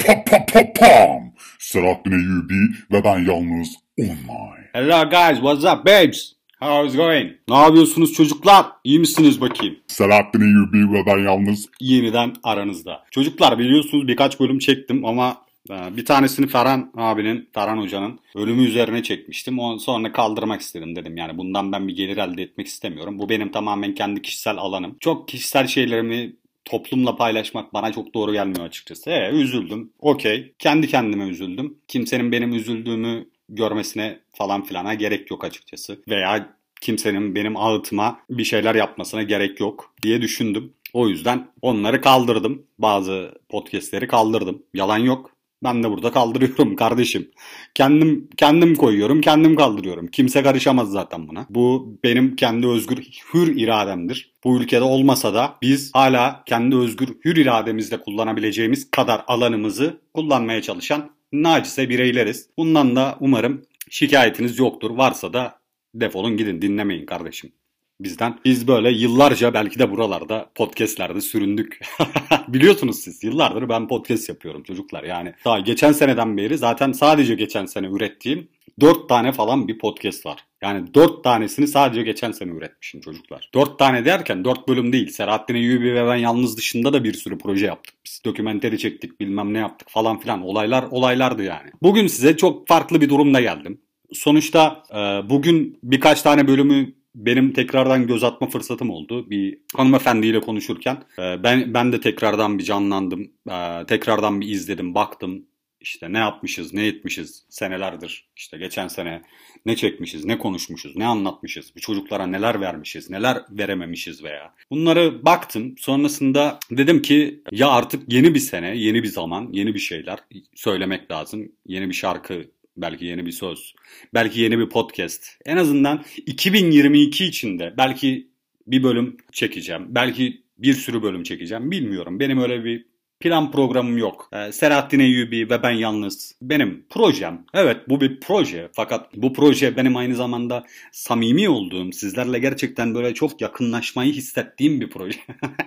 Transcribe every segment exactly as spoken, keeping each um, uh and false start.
Pa pa pa pam. Selahattin Eyyubi ve ben yalnız online. Hello guys, what's up babes? How is going? Ne yapıyorsunuz çocuklar? İyi misiniz bakayım? Selahattin Eyyubi ve ben yalnız. Yeniden aranızda. Çocuklar biliyorsunuz birkaç bölüm çektim ama bir tanesini Ferhan abinin, Ferhan hocanın ölümü üzerine çekmiştim. Ondan sonra kaldırmak istedim dedim. Yani bundan ben bir gelir elde etmek istemiyorum. Bu benim tamamen kendi kişisel alanım. Çok kişisel şeylerimi toplumla paylaşmak bana çok doğru gelmiyor açıkçası. E, üzüldüm. Okey. Kendi kendime üzüldüm. Kimsenin benim üzüldüğümü görmesine falan filana gerek yok açıkçası. Veya kimsenin benim ağıtıma bir şeyler yapmasına gerek yok diye düşündüm. O yüzden onları kaldırdım. Bazı podcastleri kaldırdım. Yalan yok. Ben de burada kaldırıyorum kardeşim. Kendim kendim koyuyorum, kendim kaldırıyorum. Kimse karışamaz zaten buna. Bu benim kendi özgür hür irademdir. Bu ülkede olmasa da biz hala kendi özgür hür irademizle kullanabileceğimiz kadar alanımızı kullanmaya çalışan naçize bireyleriz. Bundan da umarım şikayetiniz yoktur. Varsa da defolun gidin, dinlemeyin kardeşim. Bizden. Biz böyle yıllarca belki de buralarda podcastlerde süründük. Biliyorsunuz siz yıllardır ben podcast yapıyorum çocuklar. Yani daha geçen seneden beri zaten sadece geçen sene ürettiğim dört tane falan bir podcast var. Yani dört tanesini sadece geçen sene üretmişim çocuklar. dört tane derken dört bölüm değil. Selahattin Eyyubi ve ben yalnız dışında da bir sürü proje yaptık. Biz dokümenteri çektik, bilmem ne yaptık falan filan. Olaylar olaylardı yani. Bugün size çok farklı bir durumda geldim. Sonuçta e, bugün birkaç tane bölümü benim tekrardan göz atma fırsatım oldu. Bir hanımefendiyle konuşurken e, ben ben de tekrardan bir canlandım. E, tekrardan bir izledim, baktım. İşte ne yapmışız, ne etmişiz senelerdir. İşte geçen sene ne çekmişiz, ne konuşmuşuz, ne anlatmışız. Bu çocuklara neler vermişiz, neler verememişiz veya. Bunları baktım. Sonrasında dedim ki ya artık yeni bir sene, yeni bir zaman, yeni bir şeyler söylemek lazım. Yeni bir şarkı, belki yeni bir söz, belki yeni bir podcast. En azından iki bin yirmi iki içinde belki bir bölüm çekeceğim. Belki bir sürü bölüm çekeceğim. Bilmiyorum. Benim öyle bir plan programım yok. Ee, Selahattin Eyyubi ve ben yalnız. Benim projem. Evet, bu bir proje. Fakat bu proje benim aynı zamanda samimi olduğum, sizlerle gerçekten böyle çok yakınlaşmayı hissettiğim bir proje.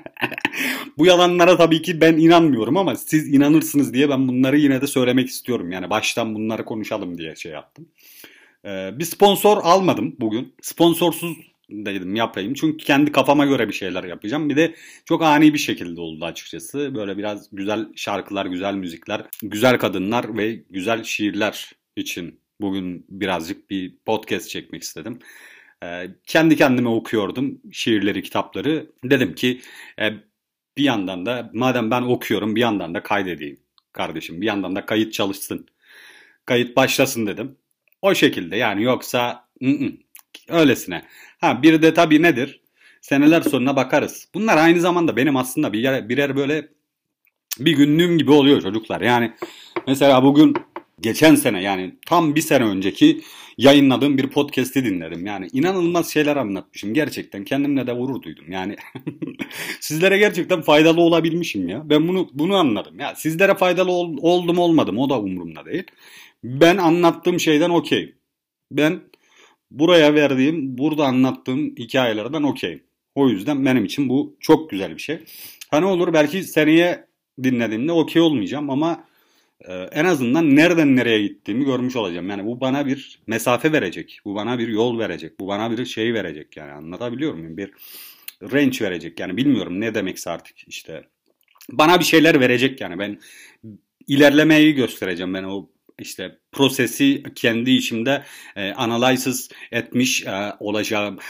Bu yalanlara tabii ki ben inanmıyorum ama siz inanırsınız diye ben bunları yine de söylemek istiyorum. Yani baştan bunları konuşalım diye şey yaptım. Ee, bir sponsor almadım bugün. Sponsorsuz dedim yapayım. Çünkü kendi kafama göre bir şeyler yapacağım. Bir de çok ani bir şekilde oldu açıkçası. Böyle biraz güzel şarkılar, güzel müzikler, güzel kadınlar ve güzel şiirler için bugün birazcık bir podcast çekmek istedim. Ee, kendi kendime okuyordum şiirleri, kitapları. Dedim ki e, bir yandan da madem ben okuyorum bir yandan da kaydedeyim kardeşim. Bir yandan da kayıt çalışsın. Kayıt başlasın dedim. O şekilde yani yoksa ı-ı, öylesine. Ha bir de tabii nedir? Seneler sonuna bakarız. Bunlar aynı zamanda benim aslında bir yer, birer böyle bir günlüğüm gibi oluyor çocuklar. Yani mesela bugün geçen sene yani tam bir sene önceki yayınladığım bir podcast'i dinledim. Yani inanılmaz şeyler anlatmışım. Gerçekten kendimle de gurur duydum. Yani sizlere gerçekten faydalı olabilmişim ya. Ben bunu bunu anladım. Ya sizlere faydalı ol, oldum olmadım o da umurumda değil. Ben anlattığım şeyden okey. Ben buraya verdiğim, burada anlattığım hikayelerden okey. O yüzden benim için bu çok güzel bir şey. Hani olur belki seneye dinlediğimde okey olmayacağım ama e, en azından nereden nereye gittiğimi görmüş olacağım. Yani bu bana bir mesafe verecek. Bu bana bir yol verecek. Bu bana bir şey verecek yani anlatabiliyor muyum? Bir range verecek yani bilmiyorum ne demekse artık işte. Bana bir şeyler verecek yani ben ilerlemeyi göstereceğim ben o işte prosesi kendi içimde e, analysis etmiş e, olacağım.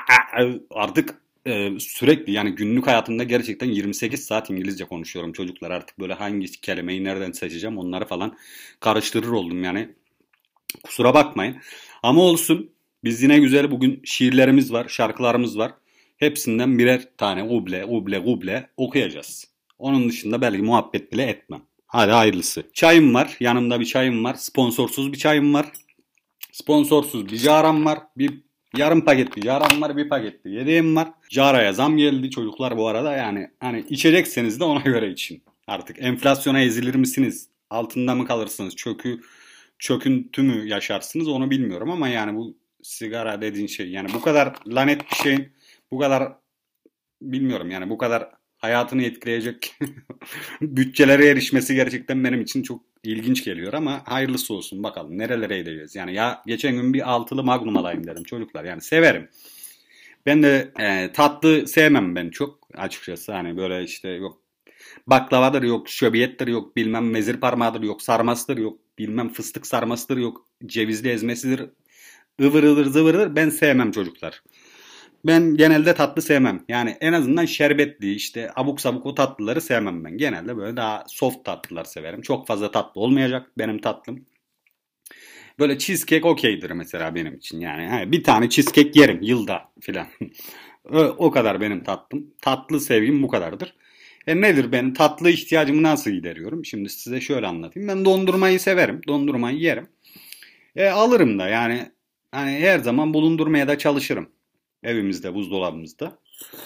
Artık e, sürekli yani günlük hayatımda gerçekten yirmi sekiz saat İngilizce konuşuyorum çocuklar. Artık böyle hangi kelimeyi nereden seçeceğim onları falan karıştırır oldum yani. Kusura bakmayın. Ama olsun. Biz yine güzel bugün şiirlerimiz var, şarkılarımız var. Hepsinden birer tane uble, uble, uble okuyacağız. Onun dışında belki muhabbet bile etmem. Hadi hayırlısı. Çayım var. Yanımda bir çayım var. Sponsorsuz bir çayım var. Sponsorsuz bir caram var. Bir yarım paket bir caram var. Bir paket bir yedeğim var. Caraya zam geldi çocuklar bu arada. Yani hani içecekseniz de ona göre için. Artık enflasyona ezilir misiniz? Altında mı kalırsınız? Çökü, çöküntü mü yaşarsınız? Onu bilmiyorum ama yani bu sigara dediğin şey. Yani bu kadar lanet bir şeyin bu kadar bilmiyorum yani bu kadar hayatını etkileyecek bütçelere erişmesi gerçekten benim için çok ilginç geliyor ama hayırlısı olsun bakalım nerelere gideceğiz. Yani ya geçen gün bir altılı Magnum alayım dedim çocuklar, yani severim. Ben de e, tatlı sevmem ben çok açıkçası, hani böyle işte yok baklavadır, yok şöbiyettir, yok bilmem mezir parmağıdır, yok sarmasıdır, yok bilmem fıstık sarmasıdır, yok cevizli ezmesidir, ıvır ıvır zıvırdır, ben sevmem çocuklar. Ben genelde tatlı sevmem. Yani en azından şerbetli işte abuk sabuk o tatlıları sevmem ben. Genelde böyle daha soft tatlılar severim. Çok fazla tatlı olmayacak benim tatlım. Böyle cheesecake okeydir mesela benim için. Yani bir tane cheesecake yerim yılda filan. O kadar benim tatlım. Tatlı sevgim bu kadardır. E nedir benim tatlı ihtiyacımı nasıl gideriyorum? Şimdi size şöyle anlatayım. Ben dondurmayı severim. Dondurmayı yerim. E alırım da yani hani her zaman bulundurmaya da çalışırım. Evimizde, buzdolabımızda.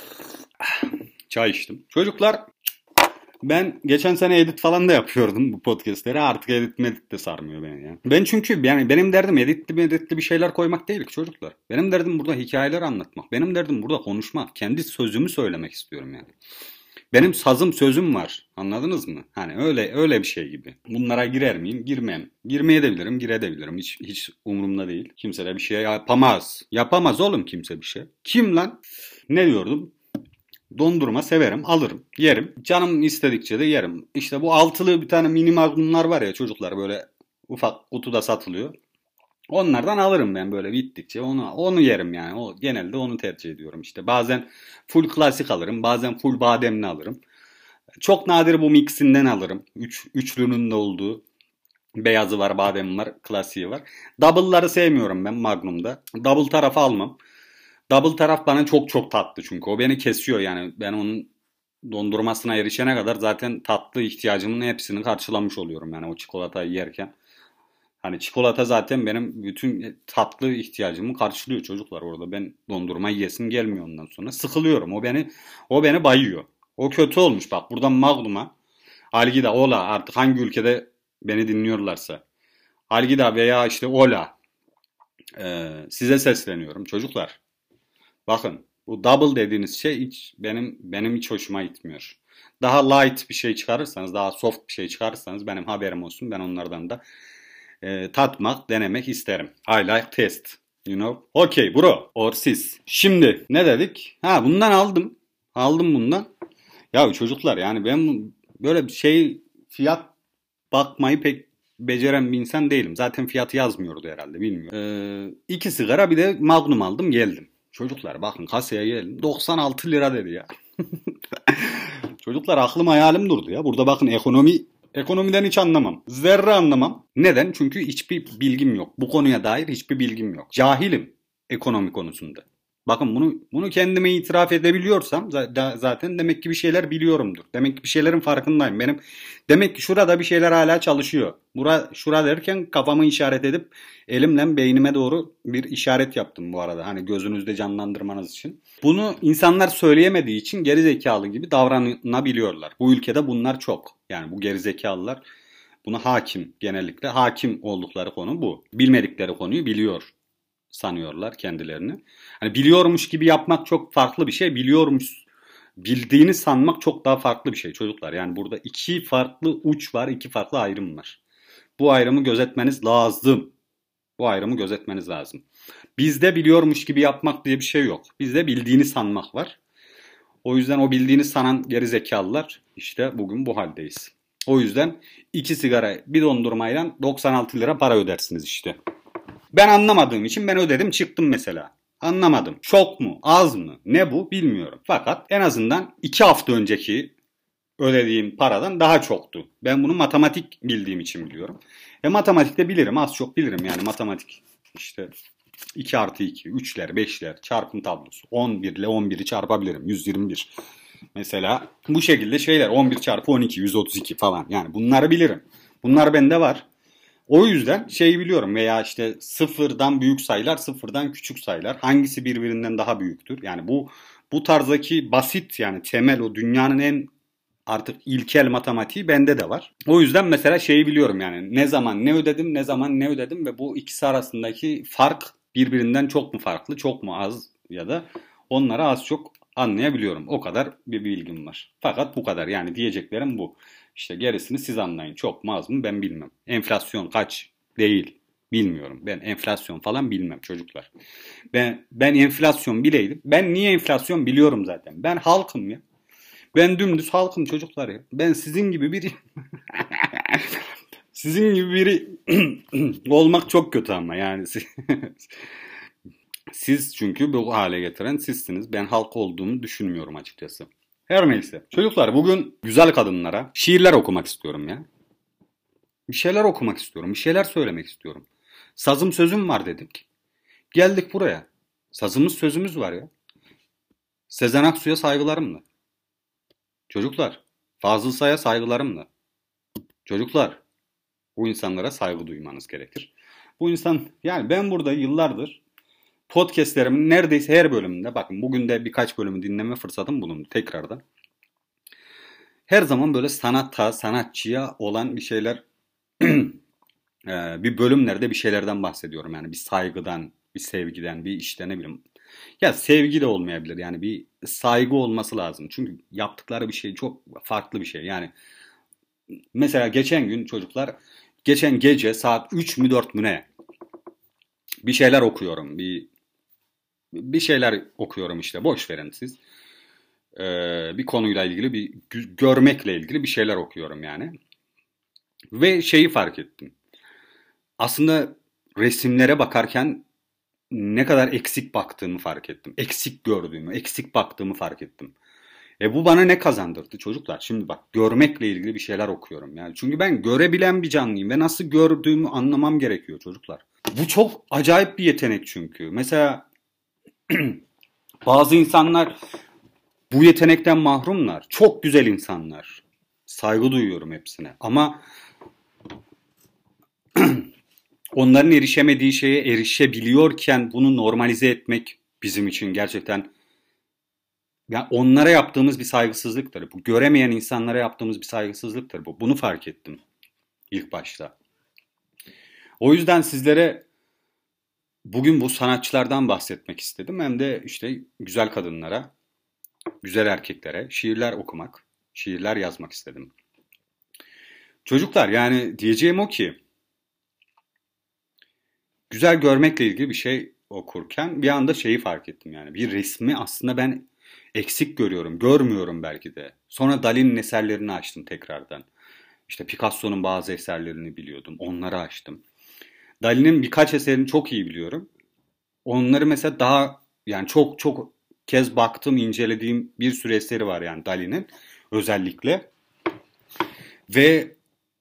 Çay içtim. Çocuklar, ben geçen sene edit falan da yapıyordum bu podcastleri. Artık edit medit de sarmıyor beni ya. Ben çünkü yani benim derdim editli meditli bir şeyler koymak değil ki çocuklar. Benim derdim burada hikayeler anlatmak. Benim derdim burada konuşmak. Kendi sözümü söylemek istiyorum yani. Benim sazım sözüm var. Anladınız mı? Hani öyle öyle bir şey gibi. Bunlara girer miyim? Girmem. Girmeye de bilirim, girebilirim. Hiç hiç umurumda değil. Kimse de bir şey yapamaz. Yapamaz oğlum kimse bir şey. Kim lan? Ne diyordum? Dondurma severim, alırım, yerim. Canım istedikçe de yerim. İşte bu altılı bir tane mini magnumlar var ya çocuklar, böyle ufak kutuda satılıyor. Onlardan alırım ben böyle bittikçe onu onu yerim yani. O genelde onu tercih ediyorum işte. Bazen full klasik alırım, bazen full bademli alırım. Çok nadir bu mixinden alırım. Üç, üçlünün de olduğu. Beyazı var, bademi var, klasiği var. Double'ları sevmiyorum ben Magnum'da. Double tarafı almam. Double taraf bana çok çok tatlı çünkü. O beni kesiyor yani. Ben onun dondurmasına erişene kadar zaten tatlı ihtiyacımın hepsini karşılamış oluyorum. Yani o çikolatayı yerken. Hani çikolata zaten benim bütün tatlı ihtiyacımı karşılıyor çocuklar orada. Ben dondurma yesim gelmiyor ondan sonra. Sıkılıyorum. O beni o beni bayıyor. O kötü olmuş bak. Buradan Magnum'a, Algida, Ola, artık hangi ülkede beni dinliyorlarsa. Algida veya işte Ola, e, size sesleniyorum çocuklar. Bakın bu double dediğiniz şey hiç benim benim hiç hoşuma gitmiyor. Daha light bir şey çıkarırsanız, daha soft bir şey çıkarırsanız benim haberim olsun. Ben onlardan da e, tatmak, denemek isterim. I like test. You know? Okay bro. Or siz. Şimdi ne dedik? Ha bundan aldım. Aldım bundan. Ya çocuklar yani ben böyle bir şey fiyat bakmayı pek beceren bir insan değilim. Zaten fiyatı yazmıyordu herhalde bilmiyorum. Ee, iki sigara bir de Magnum aldım geldim. Çocuklar bakın kasaya geldim. doksan altı lira dedi ya. Çocuklar aklım hayalim durdu ya. Burada bakın ekonomi ekonomiden hiç anlamam. Zerre anlamam. Neden? Çünkü hiçbir bilgim yok. Bu konuya dair hiçbir bilgim yok. Cahilim ekonomi konusunda. Bakın bunu bunu kendime itiraf edebiliyorsam zaten demek ki bir şeyler biliyorumdur. Demek ki bir şeylerin farkındayım. Benim demek ki şurada bir şeyler hala çalışıyor. Bura şura derken kafamı işaret edip elimle beynime doğru bir işaret yaptım bu arada. Hani gözünüzde canlandırmanız için. Bunu insanlar söyleyemediği için gerizekalı gibi davranabiliyorlar. Bu ülkede bunlar çok. Yani bu gerizekalılar buna hakim, genellikle hakim oldukları konu bu. Bilmedikleri konuyu biliyor sanıyorlar kendilerini. Hani biliyormuş gibi yapmak çok farklı bir şey. Biliyormuş, bildiğini sanmak çok daha farklı bir şey çocuklar. Yani burada iki farklı uç var, iki farklı ayrım var. Bu ayrımı gözetmeniz lazım. Bu ayrımı gözetmeniz lazım. Bizde biliyormuş gibi yapmak diye bir şey yok. Bizde bildiğini sanmak var. O yüzden o bildiğini sanan gerizekalılar işte bugün bu haldeyiz. O yüzden iki sigara bir dondurmayla doksan altı lira para ödersiniz işte. Ben anlamadığım için ben ödedim çıktım mesela. Anlamadım. Çok mu? Az mı? Ne bu? Bilmiyorum. Fakat en azından iki hafta önceki ödediğim paradan daha çoktu. Ben bunu matematik bildiğim için biliyorum. E matematikte bilirim. Az çok bilirim yani matematik. İşte iki artı iki, üçler, beşler, çarpım tablosu. on bir ile on biri çarpabilirim. yüz yirmi bir. Mesela bu şekilde şeyler on bir çarpı on iki, yüz otuz iki falan. Yani bunları bilirim. Bunlar bende var. O yüzden şeyi biliyorum veya işte sıfırdan büyük sayılar, sıfırdan küçük sayılar. Hangisi birbirinden daha büyüktür? Yani bu bu tarzdaki basit yani temel o dünyanın en artık ilkel matematiği bende de var. O yüzden mesela şeyi biliyorum yani ne zaman ne ödedim, ne zaman ne ödedim ve bu ikisi arasındaki fark birbirinden çok mu farklı, çok mu az ya da onları az çok Anlayabiliyorum. O kadar bir bilgim var. Fakat bu kadar. Yani diyeceklerim bu. İşte gerisini siz anlayın. Çok mu az mı ben bilmem. Enflasyon kaç değil bilmiyorum. Ben enflasyon falan bilmem çocuklar. Ben ben enflasyon bileydim. Ben niye enflasyon biliyorum zaten. Ben halkım ya. Ben dümdüz halkım çocuklar ya. Ben sizin gibi biri sizin gibi biri olmak çok kötü ama yani siz çünkü bu hale getiren sizsiniz. Ben halk olduğumu düşünmüyorum açıkçası. Her neyse. Çocuklar bugün güzel kadınlara şiirler okumak istiyorum ya. Bir şeyler okumak istiyorum. Bir şeyler söylemek istiyorum. Sazım sözüm var dedik. Geldik buraya. Sazımız sözümüz var ya. Sezen Aksu'ya saygılarımla. Çocuklar. Fazıl Say'a saygılarımla. Çocuklar. Bu insanlara saygı duymanız gerekir. Bu insan yani ben burada yıllardır podcastlerimin neredeyse her bölümünde bakın bugün de birkaç bölümü dinleme fırsatım bulundu tekrardan. Her zaman böyle sanata, sanatçıya olan bir şeyler bir bölümlerde bir şeylerden bahsediyorum. Yani bir saygıdan, bir sevgiden, bir işte ne bileyim. Ya sevgi de olmayabilir. Yani bir saygı olması lazım. Çünkü yaptıkları bir şey çok farklı bir şey. Yani mesela geçen gün çocuklar, geçen gece saat üç mü dört mü ne? Bir şeyler okuyorum. Bir bir şeyler okuyorum işte. Boş verin siz. Ee, bir konuyla ilgili bir görmekle ilgili bir şeyler okuyorum yani. Ve şeyi fark ettim. Aslında resimlere bakarken ne kadar eksik baktığımı fark ettim. Eksik gördüğümü, eksik baktığımı fark ettim. E bu bana ne kazandırdı çocuklar? Şimdi bak görmekle ilgili bir şeyler okuyorum yani. Çünkü ben görebilen bir canlıyım ve nasıl gördüğümü anlamam gerekiyor çocuklar. Bu çok acayip bir yetenek çünkü. Mesela bazı insanlar bu yetenekten mahrumlar. Çok güzel insanlar. Saygı duyuyorum hepsine. Ama onların erişemediği şeye erişebiliyorken bunu normalize etmek bizim için gerçekten yani onlara yaptığımız bir saygısızlıktır. Bu göremeyen insanlara yaptığımız bir saygısızlıktır bu. Bunu fark ettim ilk başta. O yüzden sizlere bugün bu sanatçılardan bahsetmek istedim. Hem de işte güzel kadınlara, güzel erkeklere şiirler okumak, şiirler yazmak istedim. Çocuklar yani diyeceğim o ki güzel görmekle ilgili bir şey okurken bir anda şeyi fark ettim yani. Bir resmi aslında ben eksik görüyorum, görmüyorum belki de. Sonra Dali'nin eserlerini açtım tekrardan. İşte Picasso'nun bazı eserlerini biliyordum, onları açtım. Dali'nin birkaç eserini çok iyi biliyorum. Onları mesela daha yani çok çok kez baktım, incelediğim bir sürü eseri var yani Dali'nin özellikle. Ve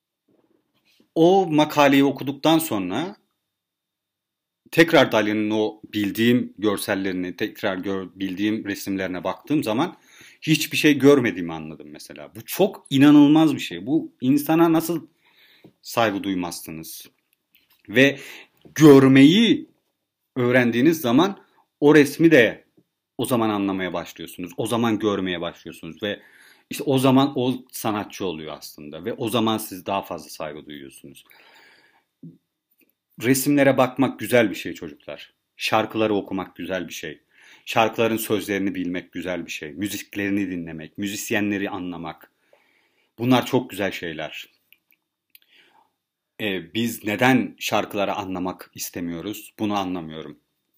o makaleyi okuduktan sonra tekrar Dali'nin o bildiğim görsellerini, tekrar gör, bildiğim resimlerine baktığım zaman hiçbir şey görmediğimi anladım mesela. Bu çok inanılmaz bir şey. Bu insana nasıl saygı duymazsınız? Ve görmeyi öğrendiğiniz zaman o resmi de o zaman anlamaya başlıyorsunuz. O zaman görmeye başlıyorsunuz ve işte o zaman o sanatçı oluyor aslında ve o zaman siz daha fazla saygı duyuyorsunuz. Resimlere bakmak güzel bir şey çocuklar. Şarkıları okumak güzel bir şey. Şarkıların sözlerini bilmek güzel bir şey. Müziklerini dinlemek, müzisyenleri anlamak. Bunlar çok güzel şeyler. Ee, biz neden şarkıları anlamak istemiyoruz? Bunu anlamıyorum.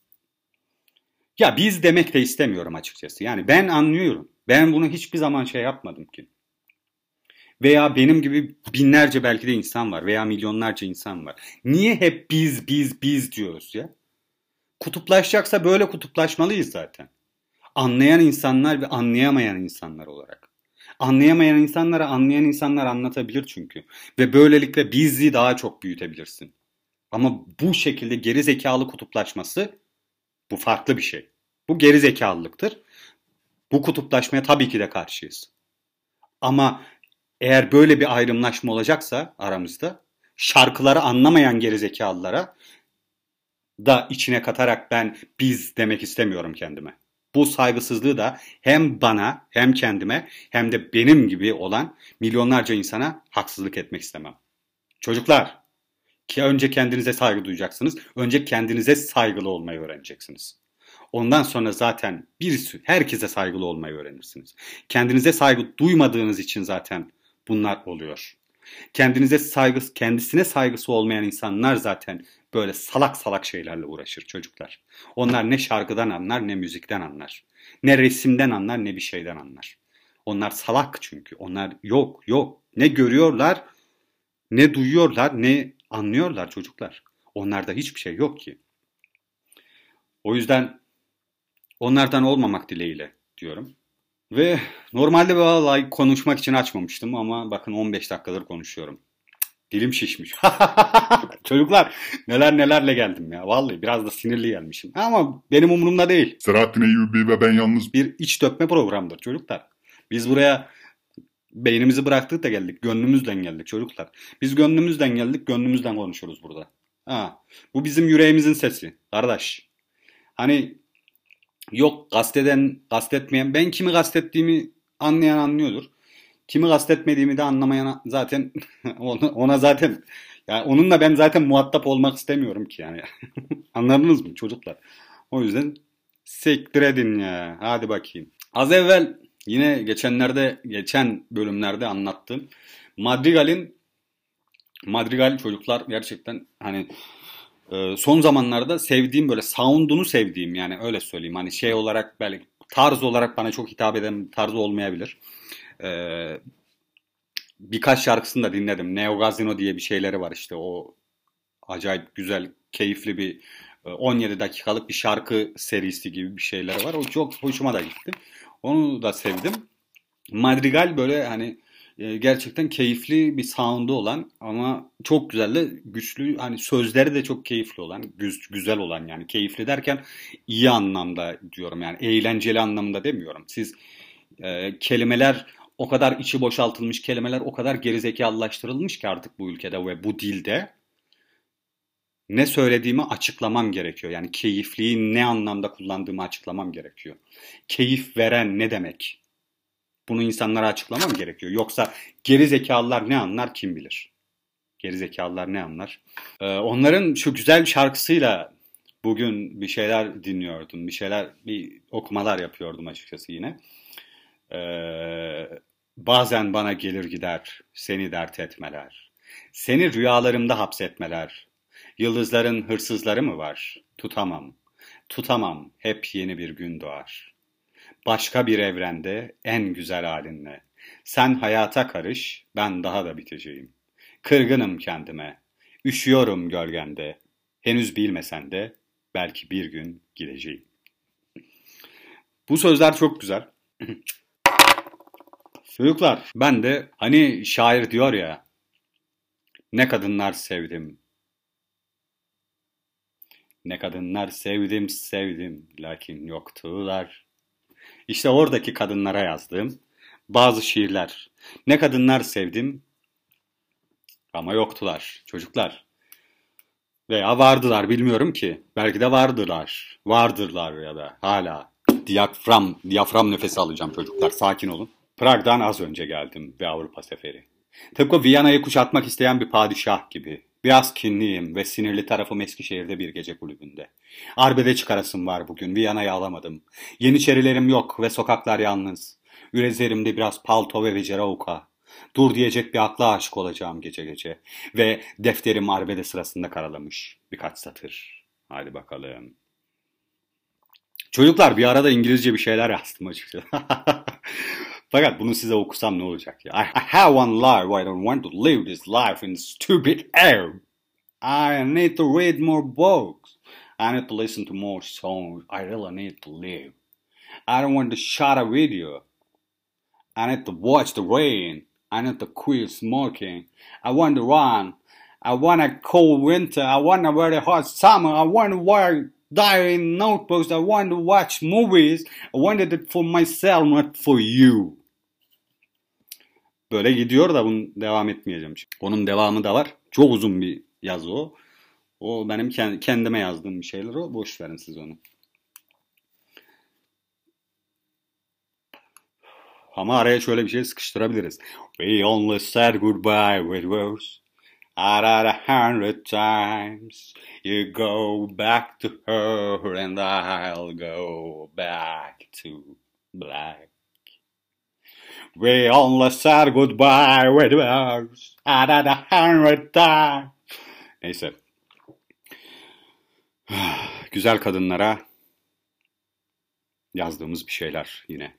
Ya biz demek de istemiyorum açıkçası. Yani ben anlıyorum. Ben bunu hiçbir zaman şey yapmadım ki. Veya benim gibi binlerce belki de insan var veya milyonlarca insan var. Niye hep biz biz biz diyoruz ya? Kutuplaşacaksa böyle kutuplaşmalıyız zaten. Anlayan insanlar ve anlayamayan insanlar olarak. Anlayamayan insanlara anlayan insanlar anlatabilir çünkü. Ve böylelikle bizi daha çok büyütebilirsin. Ama bu şekilde geri zekalı kutuplaşması bu farklı bir şey. Bu geri zekalılıktır. Bu kutuplaşmaya tabii ki de karşıyız. Ama eğer böyle bir ayrımlaşma olacaksa aramızda şarkıları anlamayan gerizekalılara da içine katarak ben biz demek istemiyorum kendime. Bu saygısızlığı da hem bana hem kendime hem de benim gibi olan milyonlarca insana haksızlık etmek istemem. Çocuklar, ki önce kendinize saygı duyacaksınız. Önce kendinize saygılı olmayı öğreneceksiniz. Ondan sonra zaten bir sürü, herkese saygılı olmayı öğrenirsiniz. Kendinize saygı duymadığınız için zaten bunlar oluyor. Kendinize saygısı, kendisine saygısı olmayan insanlar zaten böyle salak salak şeylerle uğraşır çocuklar. Onlar ne şarkıdan anlar, ne müzikten anlar. Ne resimden anlar, ne bir şeyden anlar. Onlar salak çünkü. Onlar yok, yok. Ne görüyorlar, ne duyuyorlar, ne anlıyorlar çocuklar. Onlarda hiçbir şey yok ki. O yüzden onlardan olmamak dileğiyle diyorum. Ve normalde vallahi konuşmak için açmamıştım ama bakın on beş dakikadır konuşuyorum. Dilim şişmiş. Çocuklar neler nelerle geldim ya. Vallahi biraz da sinirli gelmişim. Ama benim umurumda değil. Selahattin Eyyubi ve ben yalnız. Bir iç dökme programıdır çocuklar. Biz buraya beynimizi bıraktık da geldik. Gönlümüzden geldik çocuklar. Biz gönlümüzden geldik. Gönlümüzden konuşuruz burada. Ha, bu bizim yüreğimizin sesi. Kardeş. Hani yok kasteden, kastetmeyen. Ben kimi kastettiğimi anlayan anlıyordur. Kimi kastetmediğimi de anlamayan zaten ona, ona zaten yani onunla ben zaten muhatap olmak istemiyorum ki yani. Anladınız mı çocuklar? O yüzden siktir edin ya. Hadi bakayım. Az evvel yine geçenlerde geçen bölümlerde anlattım. Madrigal'in Madrigal çocuklar gerçekten hani e, son zamanlarda sevdiğim böyle sound'unu sevdiğim yani öyle söyleyeyim. Hani şey olarak belki tarz olarak bana çok hitap eden tarzı olmayabilir. Ee, birkaç şarkısını da dinledim. Neo Gazino diye bir şeyleri var işte o acayip güzel, keyifli bir on yedi dakikalık bir şarkı serisi gibi bir şeyler var. O çok hoşuma da gitti. Onu da sevdim. Madrigal böyle hani gerçekten keyifli bir sound'u olan ama çok güzel de güçlü hani sözleri de çok keyifli olan, güzel olan yani keyifli derken iyi anlamda diyorum yani eğlenceli anlamda demiyorum. Siz e, kelimeler o kadar içi boşaltılmış kelimeler o kadar gerizekalılaştırılmış ki artık bu ülkede ve bu dilde ne söylediğimi açıklamam gerekiyor. Yani keyifliyi ne anlamda kullandığımı açıklamam gerekiyor. Keyif veren ne demek? Bunu insanlara açıklamam gerekiyor. Yoksa gerizekalılar ne anlar kim bilir? Gerizekalılar ne anlar? Ee, onların şu güzel şarkısıyla bugün bir şeyler dinliyordum. Bir şeyler, bir okumalar yapıyordum açıkçası yine. Ee, bazen bana gelir gider seni dert etmeler. Seni rüyalarımda hapsetmeler. Yıldızların hırsızları mı var? Tutamam. Tutamam. Hep yeni bir gün doğar. Başka bir evrende en güzel halinle. Sen hayata karış, ben daha da biteceğim. Kırgınım kendime. Üşüyorum gölgende. Henüz bilmesen de belki bir gün gideceğim. Bu sözler çok güzel. Çocuklar ben de hani şair diyor ya ne kadınlar sevdim. Ne kadınlar sevdim sevdim lakin yoktular. İşte oradaki kadınlara yazdığım bazı şiirler. Ne kadınlar sevdim ama yoktular çocuklar. Veya vardılar bilmiyorum ki. Belki de vardılar. Vardırlar ya da hala. Diyafram, diyafram nefesi alacağım çocuklar. Sakin olun. Prag'dan az önce geldim ve Avrupa seferi. Tıpkı Viyana'yı kuşatmak isteyen bir padişah gibi. Biraz kinliyim ve sinirli tarafım Eskişehir'de bir gece kulübünde. Arbede çıkarasım var bugün. Viyana'yı alamadım. Yeniçerilerim yok ve sokaklar yalnız. Üzerimde biraz palto ve veceravka. Dur diyecek bir akla aşık olacağım gece gece. Ve defterim arbede sırasında karalamış. Birkaç satır. Hadi bakalım. Çocuklar bir arada İngilizce bir şeyler yazdım açıkçası. Fakat bunu size okusam ne olacak ya? I, I have one life, I don't want to live this life in stupid air. I need to read more books. I need to listen to more songs. I really need to live. I don't want to shut a video. I need to watch the rain. I need to quit smoking. I want to run. I want a cold winter. I want a very hot summer. I want to wear diary notebooks. I want to watch movies. I wanted it for myself, not for you. Böyle gidiyor da bunun devam etmeyeceğim. Onun devamı da var. Çok uzun bir yazı o. O benim kendime yazdığım bir şeyler o. Boş verin siz onu. Ama araya şöyle bir şey sıkıştırabiliriz. We only said goodbye with words. Out of a hundred times you go back to her and I'll go back to black. We only said goodbye with words out of a hundred times. Neyse. Güzel kadınlara yazdığımız bir şeyler yine.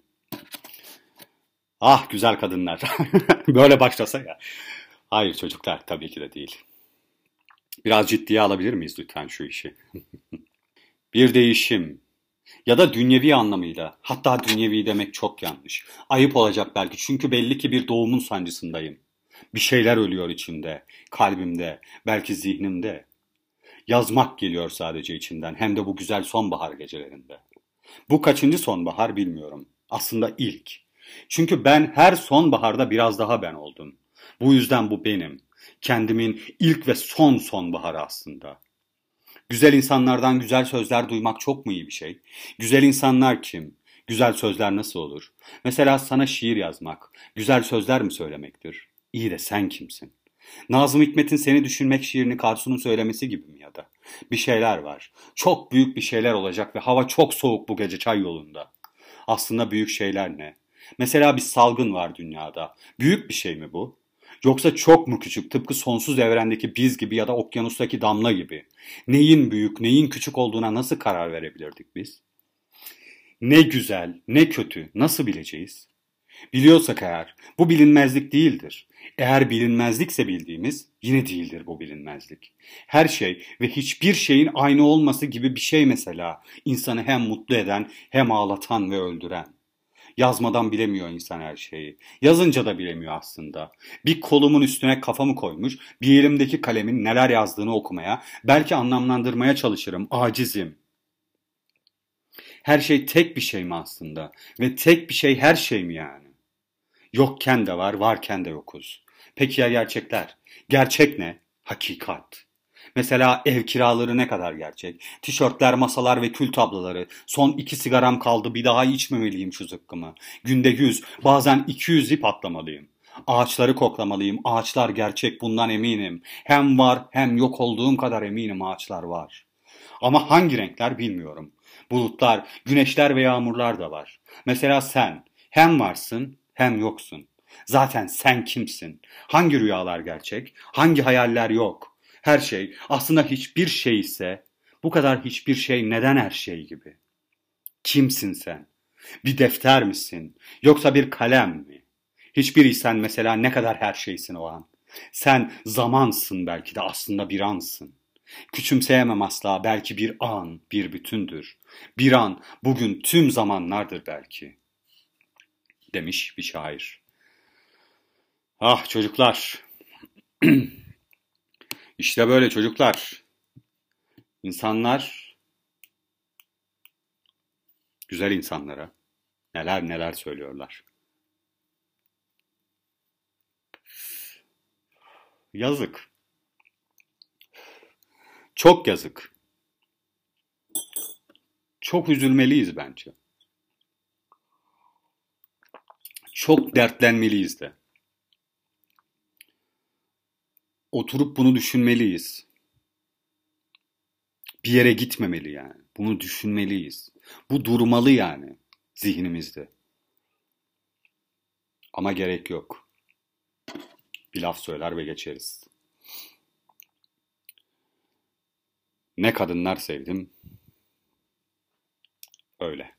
Ah güzel kadınlar. Böyle başlasa ya. Hayır çocuklar tabii ki de değil. Biraz ciddiye alabilir miyiz lütfen şu işi? Bir değişim ya da dünyevi anlamıyla, hatta dünyevi demek çok yanlış. Ayıp olacak belki çünkü belli ki bir doğumun sancısındayım. Bir şeyler ölüyor içimde, kalbimde, belki zihnimde. Yazmak geliyor sadece içinden hem de bu güzel sonbahar gecelerinde. Bu kaçıncı sonbahar bilmiyorum. Aslında ilk. Çünkü ben her sonbaharda biraz daha ben oldum. Bu yüzden bu benim. Kendimin ilk ve son sonbaharı aslında. Güzel insanlardan güzel sözler duymak çok mu iyi bir şey? Güzel insanlar kim? Güzel sözler nasıl olur? Mesela sana şiir yazmak, güzel sözler mi söylemektir? İyi de sen kimsin? Nazım Hikmet'in Seni Düşünmek şiirini Karsu'nun söylemesi gibi mi ya da? Bir şeyler var. Çok büyük bir şeyler olacak ve hava çok soğuk bu gece çay yolunda. Aslında büyük şeyler ne? Mesela bir salgın var dünyada. Büyük bir şey mi bu? Yoksa çok mu küçük, tıpkı sonsuz evrendeki biz gibi ya da okyanustaki damla gibi? Neyin büyük, neyin küçük olduğuna nasıl karar verebilirdik biz? Ne güzel, ne kötü, nasıl bileceğiz? Biliyorsak eğer, bu bilinmezlik değildir. Eğer bilinmezlikse bildiğimiz, yine değildir bu bilinmezlik. Her şey ve hiçbir şeyin aynı olması gibi bir şey mesela, insanı hem mutlu eden, hem ağlatan ve öldüren. Yazmadan bilemiyor insan her şeyi. Yazınca da bilemiyor aslında. Bir kolumun üstüne kafamı koymuş, bir elimdeki kalemin neler yazdığını okumaya, belki anlamlandırmaya çalışırım. Acizim. Her şey tek bir şey mi aslında? Ve tek bir şey her şey mi yani? Yokken de var, varken de yokuz. Peki ya gerçekler? Gerçek ne? Hakikat. Mesela ev kiraları ne kadar gerçek? Tişörtler, masalar ve kül tabloları. Son iki sigaram kaldı, bir daha içmemeliyim şu zıkkımı. Günde yüz, bazen iki yüz ip atlamalıyım. Ağaçları koklamalıyım. Ağaçlar gerçek, bundan eminim. Hem var hem yok olduğum kadar eminim ağaçlar var. Ama hangi renkler bilmiyorum. Bulutlar, güneşler ve yağmurlar da var. Mesela sen hem varsın hem yoksun. Zaten sen kimsin? Hangi rüyalar gerçek? Hangi hayaller yok? Her şey aslında hiçbir şey ise bu kadar hiçbir şey neden her şey gibi? Kimsin sen? Bir defter misin? Yoksa bir kalem mi? Hiçbiriysen mesela ne kadar her şeysin o an. Sen zamansın belki de aslında bir ansın. Küçümseyemem asla belki bir an bir bütündür. Bir an bugün tüm zamanlardır belki. Demiş bir şair. Ah çocuklar. İşte böyle çocuklar. İnsanlar güzel insanlara neler neler söylüyorlar. Yazık. Çok yazık. Çok üzülmeliyiz bence. Çok dertlenmeliyiz de. Oturup bunu düşünmeliyiz. Bir yere gitmemeli yani. Bunu düşünmeliyiz. Bu durmalı yani zihnimizde. Ama gerek yok. Bir laf söyler ve geçeriz. Ne kadınlar sevdim. Öyle.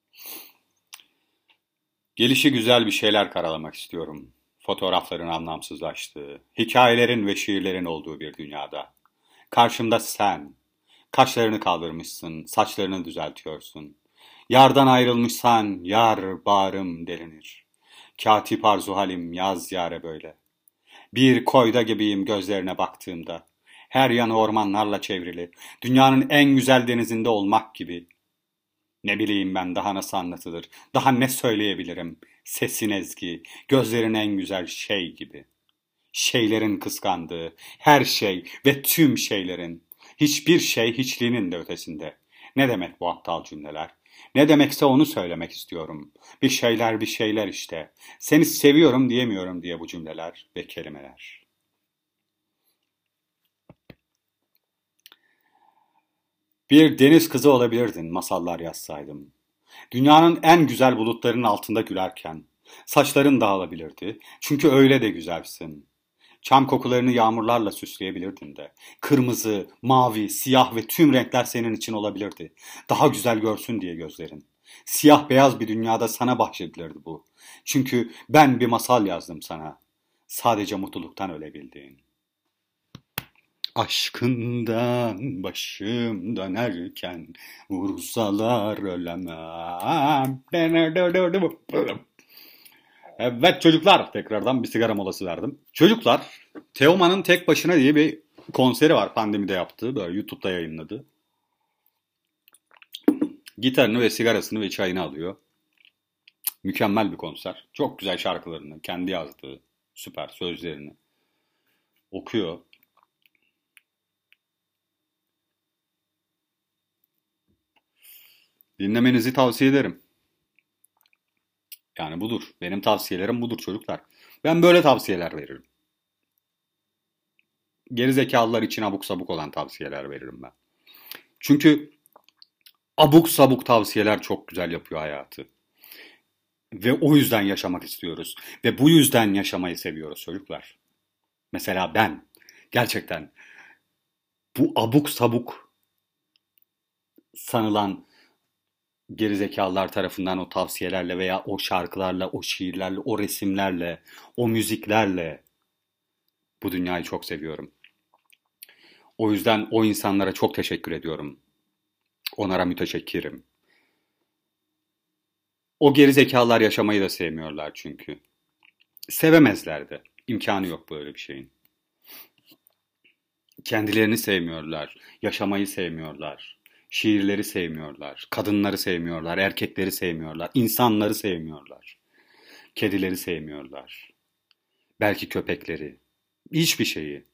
Gelişi güzel bir şeyler karalamak istiyorum. Fotoğrafların anlamsızlaştığı, hikayelerin ve şiirlerin olduğu bir dünyada. Karşımda sen, kaşlarını kaldırmışsın, saçlarını düzeltiyorsun. Yardan ayrılmışsan, yar bağrım delinir. Katip arzu halim yaz yare böyle. Bir koyda gibiyim gözlerine baktığımda. Her yanı ormanlarla çevrili, dünyanın en güzel denizinde olmak gibi. Ne bileyim ben daha nasıl anlatılır, daha ne söyleyebilirim? Sesin ezgi, gözlerin en güzel şey gibi. Şeylerin kıskandığı, her şey ve tüm şeylerin, hiçbir şey hiçliğinin de ötesinde. Ne demek bu aptal cümleler? Ne demekse onu söylemek istiyorum. Bir şeyler bir şeyler işte. Seni seviyorum diyemiyorum diye bu cümleler ve kelimeler. Bir deniz kızı olabilirdin masallar yazsaydım. Dünyanın en güzel bulutlarının altında gülerken. Saçların dağılabilirdi. Çünkü öyle de güzelsin. Çam kokularını yağmurlarla süsleyebilirdin de. Kırmızı, mavi, siyah ve tüm renkler senin için olabilirdi. Daha güzel görsün diye gözlerin. Siyah beyaz bir dünyada sana bahşedilirdi bu. Çünkü ben bir masal yazdım sana. Sadece mutluluktan ölebildiğin. Aşkından başım dönerken vursalar ölemem. Evet çocuklar, tekrardan bir sigara molası verdim. Çocuklar, Teoman'ın Tek Başına diye bir konseri var, pandemide yaptığı, böyle YouTube'da yayınladı. Gitarını ve sigarasını ve çayını alıyor. Mükemmel bir konser. Çok güzel şarkılarını, kendi yazdığı süper sözlerini okuyor. Dinlemenizi tavsiye ederim. Yani budur. Benim tavsiyelerim budur çocuklar. Ben böyle tavsiyeler veririm. Gerizekalılar için abuk sabuk olan tavsiyeler veririm ben. Çünkü abuk sabuk tavsiyeler çok güzel yapıyor hayatı. Ve o yüzden yaşamak istiyoruz. Ve bu yüzden yaşamayı seviyoruz çocuklar. Mesela ben gerçekten bu abuk sabuk sanılan gerizekalılar tarafından o tavsiyelerle veya o şarkılarla, o şiirlerle, o resimlerle, o müziklerle bu dünyayı çok seviyorum. O yüzden o insanlara çok teşekkür ediyorum. Onlara müteşekkirim. O gerizekalılar yaşamayı da sevmiyorlar çünkü. Sevemezler de. İmkanı yok böyle bir şeyin. Kendilerini sevmiyorlar. Yaşamayı sevmiyorlar. Şiirleri sevmiyorlar. Kadınları sevmiyorlar. Erkekleri sevmiyorlar. İnsanları sevmiyorlar. Kedileri sevmiyorlar. Belki köpekleri. Hiçbir şeyi.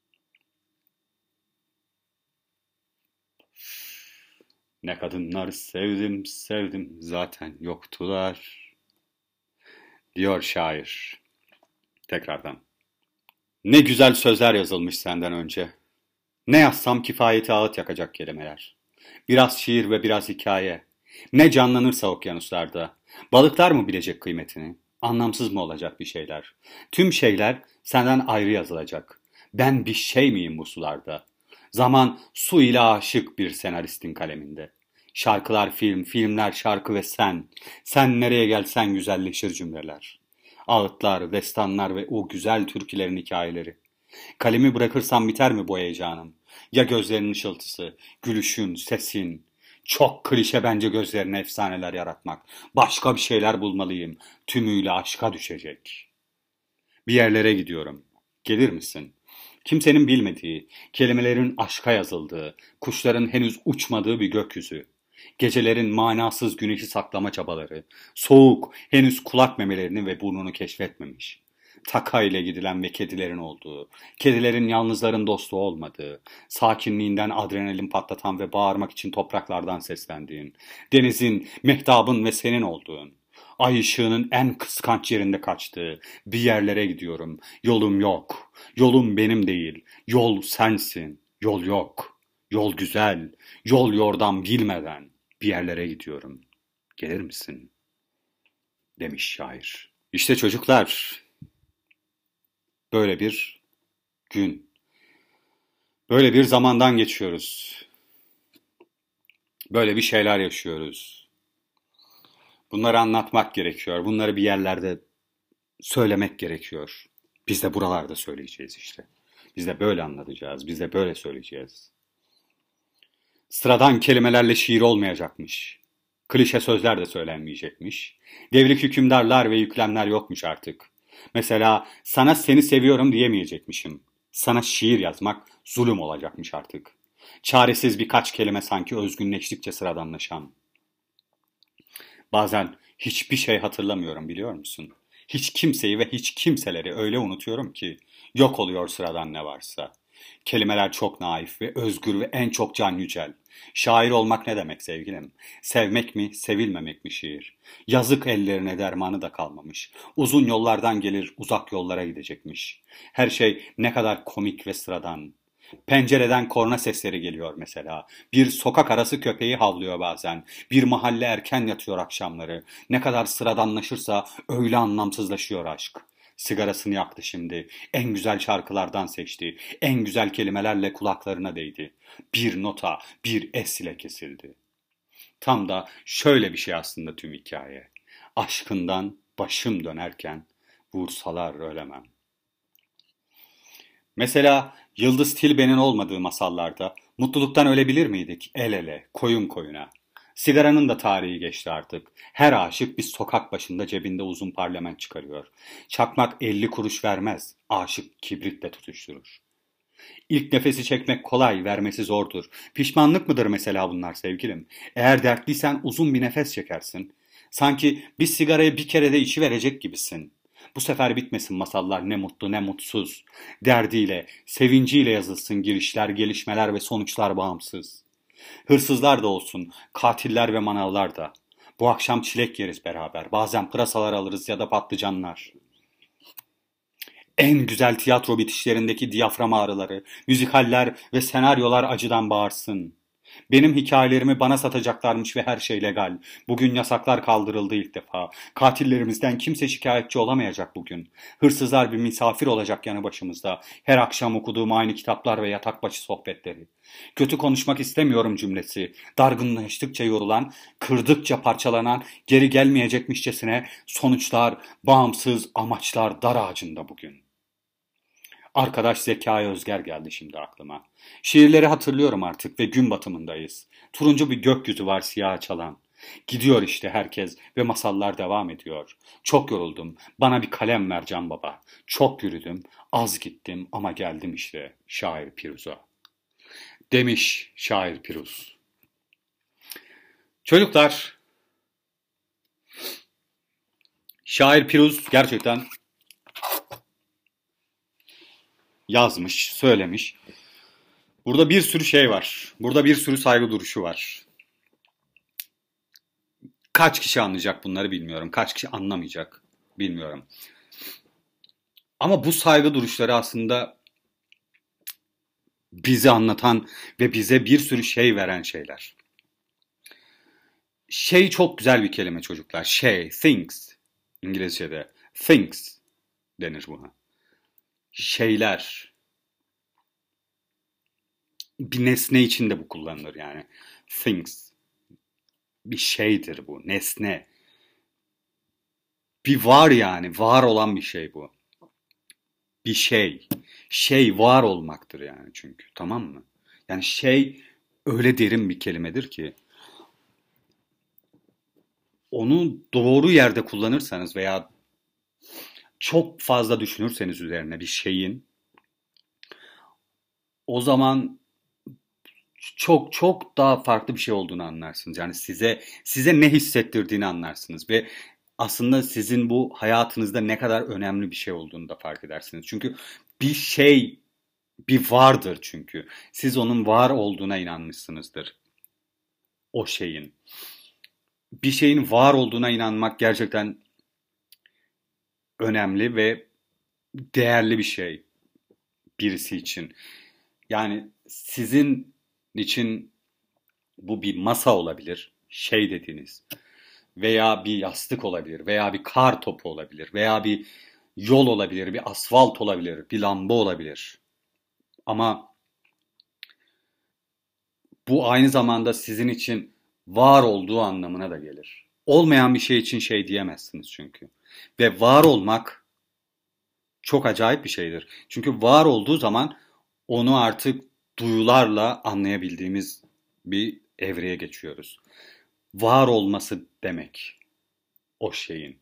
Ne kadınlar sevdim sevdim zaten yoktular. Diyor şair. Tekrardan. Ne güzel sözler yazılmış senden önce. Ne yazsam kifayeti ağıt yakacak kelimeler. Biraz şiir ve biraz hikaye. Ne canlanırsa okyanuslarda. Balıklar mı bilecek kıymetini? Anlamsız mı olacak bir şeyler? Tüm şeyler senden ayrı yazılacak. Ben bir şey miyim bu sularda? Zaman su ile aşık bir senaristin kaleminde. Şarkılar film, filmler şarkı ve sen. Sen nereye gelsen güzelleşir cümleler. Ağıtlar, destanlar ve o güzel türkülerin hikayeleri. Kalemi bırakırsam biter mi bu heyecanım? Ya gözlerinin ışıltısı, gülüşün, sesin. Çok klişe bence gözlerine efsaneler yaratmak. Başka bir şeyler bulmalıyım. Tümüyle aşka düşecek. Bir yerlere gidiyorum. Gelir misin? Kimsenin bilmediği, kelimelerin aşka yazıldığı, kuşların henüz uçmadığı bir gökyüzü. Gecelerin manasız güneşi saklama çabaları, soğuk, henüz kulak memelerini ve burnunu keşfetmemiş. Taka ile gidilen ve kedilerin olduğu, kedilerin yalnızların dostu olmadığı, sakinliğinden adrenalin patlatan ve bağırmak için topraklardan seslendiğin, denizin, mehtabın ve senin olduğun, ay ışığının en kıskanç yerinde kaçtığı bir yerlere gidiyorum. Yolum yok, yolum benim değil, yol sensin, yol yok, yol güzel, yol yordam bilmeden bir yerlere gidiyorum. Gelir misin? Demiş şair. İşte çocuklar, böyle bir gün, böyle bir zamandan geçiyoruz. Böyle bir şeyler yaşıyoruz. Bunları anlatmak gerekiyor. Bunları bir yerlerde söylemek gerekiyor. Biz de buralarda söyleyeceğiz işte. Biz de böyle anlatacağız. Biz de böyle söyleyeceğiz. Sıradan kelimelerle şiir olmayacakmış. Klişe sözler de söylenmeyecekmiş. Devrik hükümdarlar ve yüklemler yokmuş artık. Mesela sana seni seviyorum diyemeyecekmişim. Sana şiir yazmak zulüm olacakmış artık. Çaresiz birkaç kelime sanki özgünleştikçe sıradanlaşan. Bazen hiçbir şey hatırlamıyorum biliyor musun? Hiç kimseyi ve hiç kimseleri öyle unutuyorum ki yok oluyor sıradan ne varsa. Kelimeler çok naif ve özgür ve en çok can yücel. Şair olmak ne demek sevgilim? Sevmek mi, sevilmemek mi şiir? Yazık ellerine dermanı da kalmamış. Uzun yollardan gelir, uzak yollara gidecekmiş. Her şey ne kadar komik ve sıradan. Pencereden korna sesleri geliyor mesela. Bir sokak arası köpeği havlıyor bazen. Bir mahalle erken yatıyor akşamları. Ne kadar sıradanlaşırsa öyle anlamsızlaşıyor aşk. Sigarasını yaktı şimdi. En güzel şarkılardan seçti. En güzel kelimelerle kulaklarına değdi. Bir nota, bir es ile kesildi. Tam da şöyle bir şey aslında tüm hikaye. Aşkından başım dönerken vursalar ölemem. Mesela Yıldız Tilbe'nin olmadığı masallarda mutluluktan ölebilir miydik el ele, koyun koyuna? Sigaranın da tarihi geçti artık. Her aşık bir sokak başında cebinde uzun parlament çıkarıyor. Çakmak elli kuruş vermez, aşık kibritle tutuşturur. İlk nefesi çekmek kolay, vermesi zordur. Pişmanlık mıdır mesela bunlar sevgilim? Eğer dertliysen uzun bir nefes çekersin. Sanki bir sigarayı bir kere de içiverecek gibisin. Bu sefer bitmesin masallar ne mutlu ne mutsuz. Derdiyle, sevinciyle yazılsın girişler, gelişmeler ve sonuçlar bağımsız. Hırsızlar da olsun, katiller ve manavlar da. Bu akşam çilek yeriz beraber. Bazen pırasalar alırız ya da patlıcanlar. En güzel tiyatro bitişlerindeki diyafram ağrıları, müzikaller ve senaryolar acıdan bağırsın. Benim hikayelerimi bana satacaklarmış ve her şey legal. Bugün yasaklar kaldırıldı ilk defa. Katillerimizden kimse şikayetçi olamayacak bugün. Hırsızlar bir misafir olacak yanı başımızda. Her akşam okuduğum aynı kitaplar ve yatak başı sohbetleri. Kötü konuşmak istemiyorum cümlesi. Dargınlaştıkça yorulan, kırdıkça parçalanan, geri gelmeyecekmişçesine sonuçlar, bağımsız amaçlar dar ağacında bugün. Arkadaş Zekai Özger geldi şimdi aklıma. Şiirleri hatırlıyorum artık ve gün batımındayız. Turuncu bir gökyüzü var siyah çalan. Gidiyor işte herkes ve masallar devam ediyor. Çok yoruldum. Bana bir kalem ver Can Baba. Çok yürüdüm, az gittim ama geldim işte şair Piruz'a. Demiş şair Piruz. Çocuklar, şair Piruz gerçekten yazmış, söylemiş. Burada bir sürü şey var. Burada bir sürü saygı duruşu var. Kaç kişi anlayacak bunları bilmiyorum. Kaç kişi anlamayacak bilmiyorum. Ama bu saygı duruşları aslında bizi anlatan ve bize bir sürü şey veren şeyler. Şey çok güzel bir kelime çocuklar. Şey, things. İngilizce'de things denir buna. Şeyler. Bir nesne için de bu kullanılır yani. Things. Bir şeydir bu. Nesne. Bir var yani. Var olan bir şey bu. Bir şey. Şey var olmaktır yani çünkü. Tamam mı? Yani şey öyle derin bir kelimedir ki onu doğru yerde kullanırsanız veya çok fazla düşünürseniz üzerine bir şeyin o zaman çok çok daha farklı bir şey olduğunu anlarsınız. Yani size size ne hissettirdiğini anlarsınız ve aslında sizin bu hayatınızda ne kadar önemli bir şey olduğunu da fark edersiniz. Çünkü bir şey bir vardır çünkü. Siz onun var olduğuna inanmışsınızdır. O şeyin. Bir şeyin var olduğuna inanmak gerçekten önemli ve değerli bir şey birisi için. Yani sizin için bu bir masa olabilir, şey dediğiniz veya bir yastık olabilir veya bir kar topu olabilir veya bir yol olabilir, bir asfalt olabilir, bir lamba olabilir. Ama bu aynı zamanda sizin için var olduğu anlamına da gelir. Olmayan bir şey için şey diyemezsiniz çünkü. Ve var olmak çok acayip bir şeydir. Çünkü var olduğu zaman onu artık duyularla anlayabildiğimiz bir evreye geçiyoruz. Var olması demek o şeyin.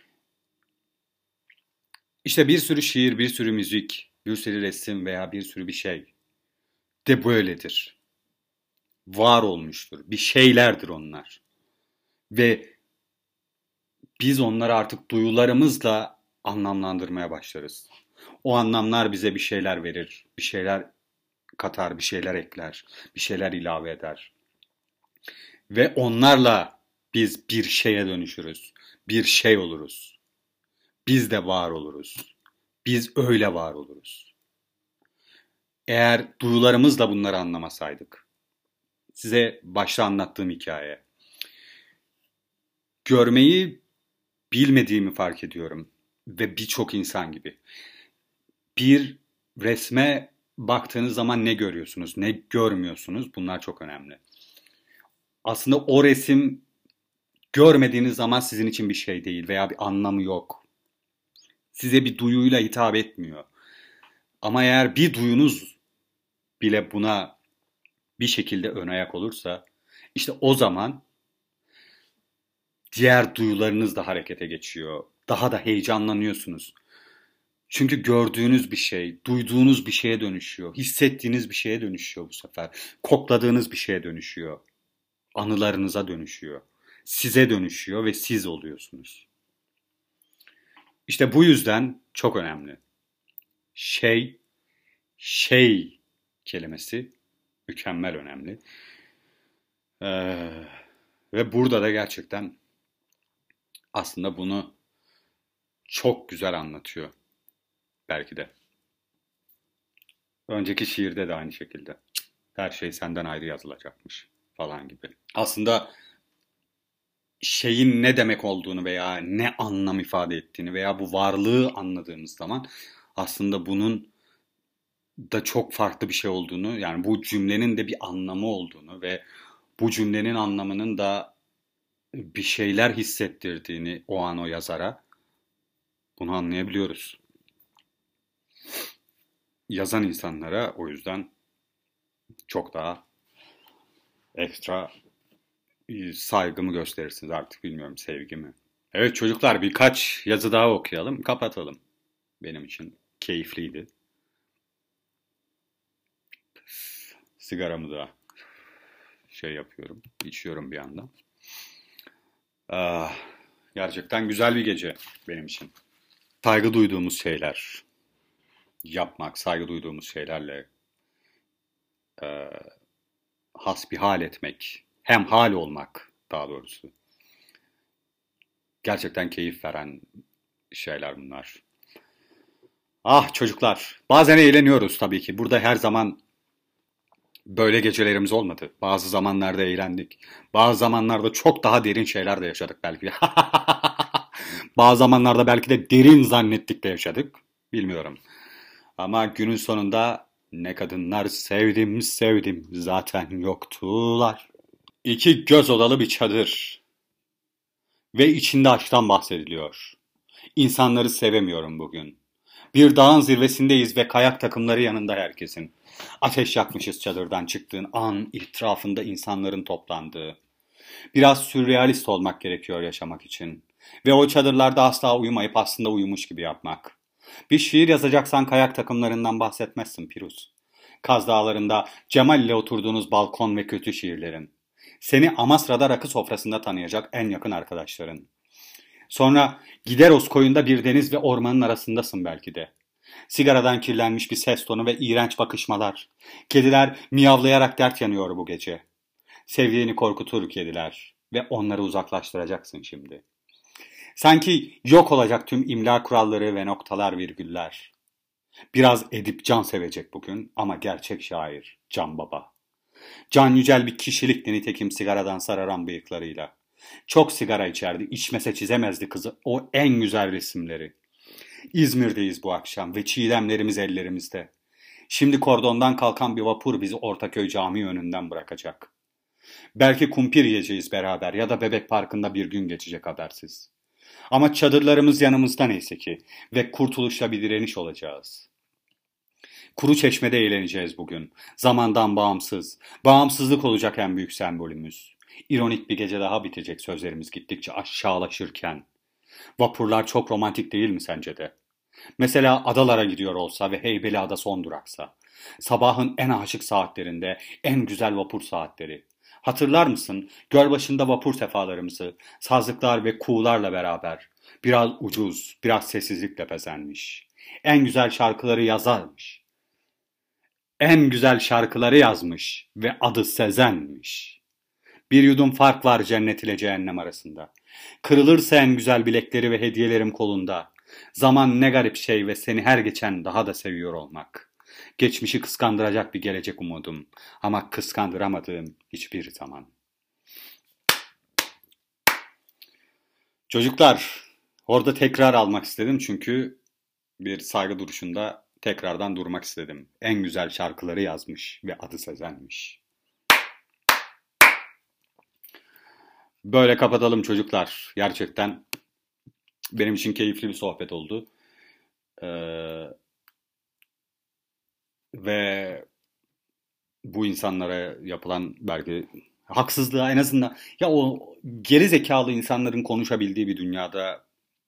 İşte bir sürü şiir, bir sürü müzik, bir sürü resim veya bir sürü bir şey de böyledir. Var olmuştur. Bir şeylerdir onlar. Ve biz onları artık duyularımızla anlamlandırmaya başlarız. O anlamlar bize bir şeyler verir, bir şeyler katar, bir şeyler ekler, bir şeyler ilave eder. Ve onlarla biz bir şeye dönüşürüz, bir şey oluruz. Biz de var oluruz. Biz öyle var oluruz. Eğer duyularımızla bunları anlamasaydık, size başta anlattığım hikaye, görmeyi bilmediğimi fark ediyorum ve birçok insan gibi. Bir resme baktığınız zaman ne görüyorsunuz, ne görmüyorsunuz? Bunlar çok önemli. Aslında o resim görmediğiniz zaman sizin için bir şey değil veya bir anlamı yok. Size bir duyuyla hitap etmiyor. Ama eğer bir duyunuz bile buna bir şekilde ön ayak olursa, işte o zaman diğer duyularınız da harekete geçiyor. Daha da heyecanlanıyorsunuz. Çünkü gördüğünüz bir şey, duyduğunuz bir şeye dönüşüyor. Hissettiğiniz bir şeye dönüşüyor bu sefer. Kokladığınız bir şeye dönüşüyor. Anılarınıza dönüşüyor. Size dönüşüyor ve siz oluyorsunuz. İşte bu yüzden çok önemli. Şey, şey kelimesi mükemmel önemli. Ee, ve burada da gerçekten aslında bunu çok güzel anlatıyor belki de. Önceki şiirde de aynı şekilde. Her şey senden ayrı yazılacakmış falan gibi. Aslında şeyin ne demek olduğunu veya ne anlam ifade ettiğini veya bu varlığı anladığımız zaman aslında bunun da çok farklı bir şey olduğunu, yani bu cümlenin de bir anlamı olduğunu ve bu cümlenin anlamının da bir şeyler hissettirdiğini o an o yazara, bunu anlayabiliyoruz. Yazan insanlara o yüzden çok daha ekstra saygımı gösterirsiniz, artık bilmiyorum, sevgimi. Evet çocuklar, birkaç yazı daha okuyalım, kapatalım. Benim için keyifliydi. Sigaramı da şey yapıyorum, içiyorum bir yandan. Ah, gerçekten güzel bir gece benim için. Saygı duyduğumuz şeyler yapmak, saygı duyduğumuz şeylerle e, hasbihal etmek, hem hal olmak daha doğrusu. Gerçekten keyif veren şeyler bunlar. Ah çocuklar, bazen eğleniyoruz tabii ki. Burada her zaman böyle gecelerimiz olmadı. Bazı zamanlarda eğlendik. Bazı zamanlarda çok daha derin şeyler de yaşadık belki de. Bazı zamanlarda belki de derin zannettik de yaşadık. Bilmiyorum. Ama günün sonunda ne kadınlar sevdim sevdim zaten yoktular. İki göz odalı bir çadır ve içinde aşktan bahsediliyor. İnsanları sevemiyorum bugün. Bir dağın zirvesindeyiz ve kayak takımları yanında herkesin. Ateş yakmışız çadırdan çıktığın an, etrafında insanların toplandığı. Biraz sürrealist olmak gerekiyor yaşamak için. Ve o çadırlarda asla uyumayıp aslında uyumuş gibi yapmak. Bir şiir yazacaksan kayak takımlarından bahsetmezsin Piruz. Kaz Dağları'nda Cemal ile oturduğunuz balkon ve kötü şiirlerin. Seni Amasra'da rakı sofrasında tanıyacak en yakın arkadaşların. Sonra Gideros koyunda bir deniz ve ormanın arasındasın belki de. Sigaradan kirlenmiş bir ses tonu ve iğrenç bakışmalar. Kediler miyavlayarak dert yanıyor bu gece. Sevdiğini korkutur kediler ve onları uzaklaştıracaksın şimdi. Sanki yok olacak tüm imla kuralları ve noktalar virgüller. Biraz Edip Can sevecek bugün ama gerçek şair Can Baba. Can Yücel bir kişilikti nitekim sigaradan sararan bıyıklarıyla. Çok sigara içerdi, içmese çizemezdi kızı o en güzel resimleri. İzmir'deyiz bu akşam ve çiğdemlerimiz ellerimizde. Şimdi kordondan kalkan bir vapur bizi Ortaköy Camii önünden bırakacak. Belki kumpir yiyeceğiz beraber ya da Bebek Parkı'nda bir gün geçecek habersiz. Ama çadırlarımız yanımızda neyse ki ve kurtuluşla bir direniş olacağız. Kuru Çeşme'de eğleneceğiz bugün. Zamandan bağımsız. Bağımsızlık olacak en büyük sembolümüz. İronik bir gece daha bitecek sözlerimiz gittikçe aşağılaşırken. Vapurlar çok romantik değil mi sence de? Mesela adalara gidiyor olsa ve Heybeliada son duraksa. Sabahın en aşık saatlerinde en güzel vapur saatleri. Hatırlar mısın Gölbaşı'nda vapur sefalarımızı, sazlıklar ve kuğularla beraber. Biraz ucuz, biraz sessizlikle bezenmiş. En güzel şarkıları yazarmış. En güzel şarkıları yazmış ve adı Sezen'miş. Bir yudum fark var cennet ile cehennem arasında. Kırılırsa en güzel bilekleri ve hediyelerim kolunda. Zaman ne garip şey ve seni her geçen daha da seviyor olmak. Geçmişi kıskandıracak bir gelecek umudum. Ama kıskandıramadığım hiçbir zaman. Çocuklar, orada tekrar almak istedim çünkü bir saygı duruşunda tekrardan durmak istedim. En güzel şarkıları yazmış ve adı Sezen'miş. Böyle kapatalım çocuklar. Gerçekten benim için keyifli bir sohbet oldu. Ee, ve bu insanlara yapılan belki haksızlığa en azından ya o geri zekalı insanların konuşabildiği bir dünyada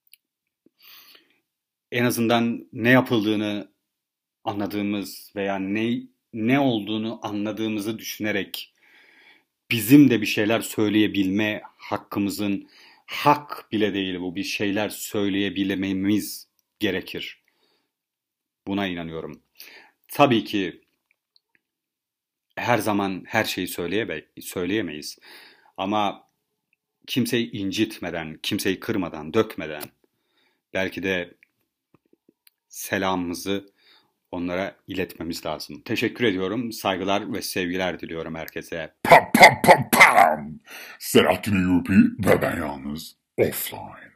en azından ne yapıldığını anladığımız veya ne ne olduğunu anladığımızı düşünerek bizim de bir şeyler söyleyebilme hakkımızın hak bile değil bu bir şeyler söyleyebilmemiz gerekir. Buna inanıyorum. Tabii ki her zaman her şeyi söyleyeme, söyleyemeyiz. Ama kimseyi incitmeden, kimseyi kırmadan, dökmeden belki de selamımızı onlara iletmemiz lazım. Teşekkür ediyorum. Saygılar ve sevgiler diliyorum herkese. Pam pam pam pam. Selahattin Eyyubi ve ben yalnız offline.